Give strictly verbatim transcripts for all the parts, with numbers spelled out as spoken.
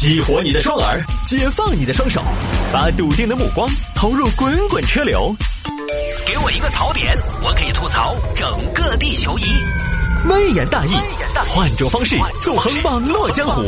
激活你的双耳，解放你的双手，把笃定的目光投入滚滚车流。给我一个槽点，我可以吐槽整个地球仪。微言大义，换种方式纵横网络江湖。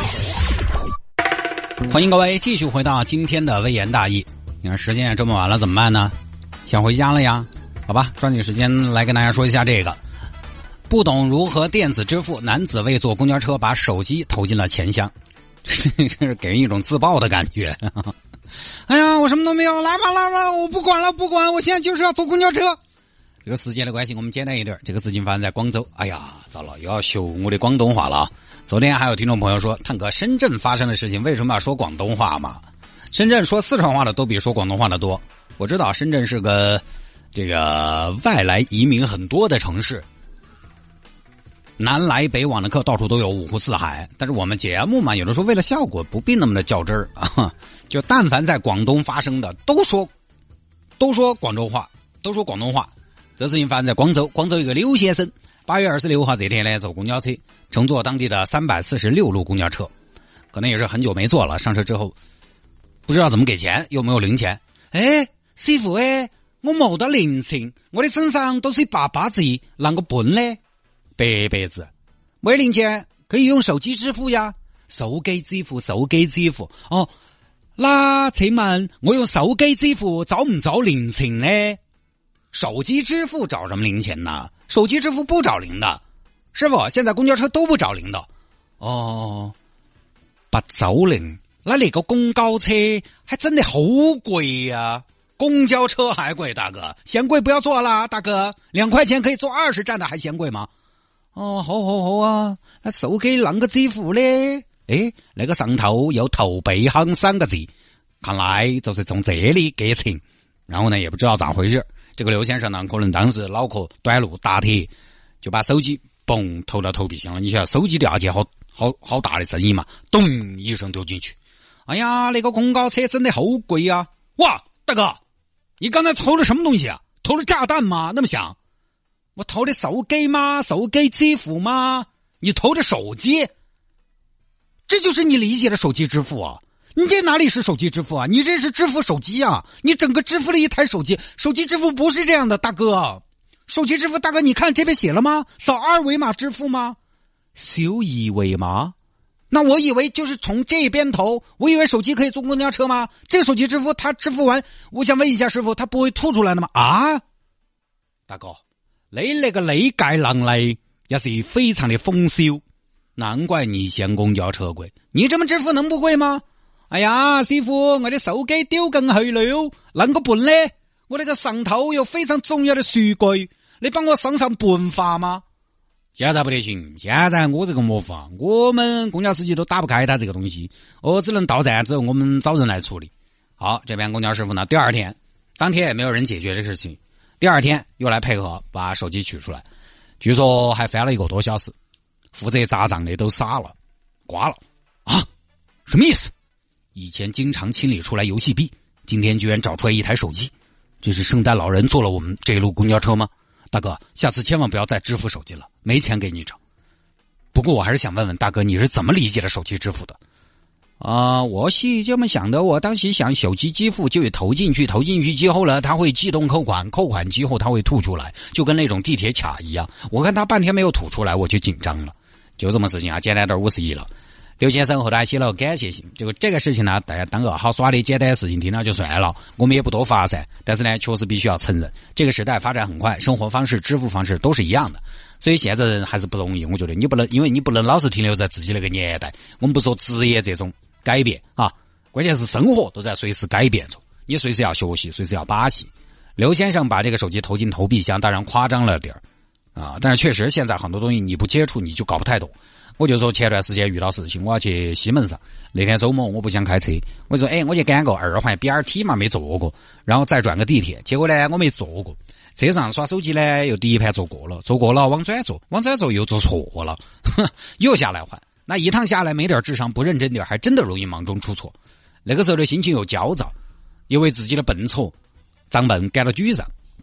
欢迎各位继续回到今天的微言大义。你看时间也这么晚了，怎么办呢？想回家了呀？好吧，抓紧时间来跟大家说一下这个。不懂如何电子支付，男子为坐公交车把手机投进了钱箱，这是给人一种自爆的感觉。哎呀，我什么都没有，来吧来吧，我不管了不管，我现在就是要坐公交车。这个时间的关系我们简单一点，这个事情发生在广州。哎呀，糟了，又要秀我的广东话了。昨天还有听众朋友说，探哥，深圳发生的事情为什么要说广东话嘛？深圳说四川话的都比说广东话的多。我知道深圳是个这个外来移民很多的城市，南来北往的客到处都有，五湖四海。但是我们节目嘛，有的时候为了效果不必那么的较真儿啊。就但凡在广东发生的，都说都说广州话，都说广东话。这事情发生在广州，广州一个刘先生，八月二十六号这天呢，坐公交车，乘坐当地的三百四十六路公交车，可能也是很久没坐了。上车之后，不知道怎么给钱，又没有零钱。哎，师傅哎，我冇得零钱，我的身上都是八八字，啷个笨呢？白白子，没零钱可以用手机支付呀，手機支付，手機支付。哦，那請問我用手機支付找唔找零錢呢？手機支付找什麼零錢呢？手機支付不找零的。師傅，現在公交車都不找零的。哦，不找零，那那個公交車還真的好貴呀。公交車還貴，大哥，嫌貴不要坐啦，大哥，兩塊錢可以坐二十站的，還嫌貴嗎？哦，好好好啊，那手機啷個支付呢？誒，那個上頭有投幣行三個字，看來就是從這裡給錢。然後呢，也不知道咋回事。這個劉先生呢，可能當時腦殼短路打鐵，就把手機嘣投到投幣箱了。你想手機的價錢好好好大的生意嘛，咚一聲丟進去。哎呀，那個公交車真的好貴啊！哇，大哥，你剛才投了什麼東西啊？投了炸彈嗎？那麼響？我投的手機嗎？手機支付嗎？你投的手機？這就是你理解的手機支付啊？你這哪裡是手機支付啊？你這是支付手機啊？你整個支付了一台手機。手機支付不是這樣的，大哥。手機支付，大哥，你看這邊寫了嗎？掃二維碼支付嗎？小二維碼？那我以為就是從這邊投，我以為手機可以坐公交車嗎？這個手機支付，他支付完，我想問一下師傅，他不會吐出來的嗎？啊？大哥，你那個理解能力也是非常的豐富，難怪你嫌公交車貴。你這麼支付能不貴嗎？哎呀，師傅，我的手機丟緊去了，啷個辦呢？我那個上頭有非常重要的數據，你幫我上上辦法嗎？現在不得行，現在我這個沒法，我們公交司機都打不開他這個東西，我只能到站之後我們找人來處理。好，這邊公交師傅呢，第二天當天也沒有人解決這個事情，第二天又來配合把手機取出來，據說還翻了一個多小時，負責砸賬的都傻了，掛了啊？什麼意思？以前經常清理出來遊戲幣，今天居然找出來一台手機，這是聖誕老人坐了我們這一路公交車嗎？大哥，下次千萬不要再支付手機了，沒錢給你找。不過我還是想問問大哥，你是怎麼理解的手機支付的？啊、呃，我是這麼想的，我當時想手機支付就會投進去，投進去之後呢，它會自動扣款，扣款之後它會吐出來，就跟那種地鐵卡一樣。我看它半天沒有吐出來，我就緊張了。就這麼事情啊，簡單點五十億了。劉先生後來寫了感謝信，就這個事情呢，大家當個好耍的簡單的事情聽了就算了，我們也不多發散。但是呢，確實必須要承認，這個時代發展很快，生活方式、支付方式都是一樣的，所以現在人還是不容易。我覺得你不能，因為你不能老是停留在自己那個年代。我們不說職業這種改變啊，關鍵是生活都在隨時改變中，你隨時要學習，隨時要把戲。劉先生把這個手機投進投幣箱，當然誇張了點啊，但是確實現在很多東西你不接觸你就搞不太懂。我就說前段時間遇到事情，我要去西門上，那天周末我不想開車，我就說哎，我就趕個二環 B R T 嘛，沒坐過，然後再轉個地鐵，結果呢我沒坐過，車上刷手機呢又第一盤坐過了，坐過了往轉坐，往轉坐又坐錯了，哼，又下來換，那一趟下來沒點智商不認真點，還真的容易忙中出錯。那個時候的心情又焦躁，因為自己的笨拙長笨感到沮喪，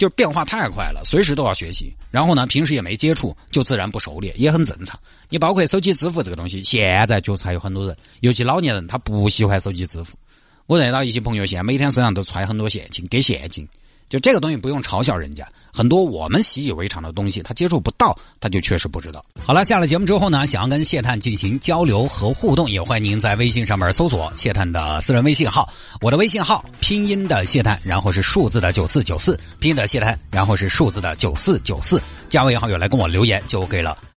就是变化太快了，随时都要学习。然后呢，平时也没接触，就自然不熟练，也很正常。你包括手机支付这个东西，现在就才有很多人，尤其老年人，他不喜欢手机支付。我认到一些朋友，现在每天身上都揣很多现金，给现金。就这个东西不用嘲笑人家，很多我们习以为常的东西，他接触不到，他就确实不知道。好了，下了节目之后呢，想要跟谢探进行交流和互动，也欢迎您在微信上面搜索谢探的私人微信号，我的微信号拼音的谢探，然后是数字的九四九四，拼音的谢探，然后是数字的九四九四，加为好友来跟我留言就 OK 了。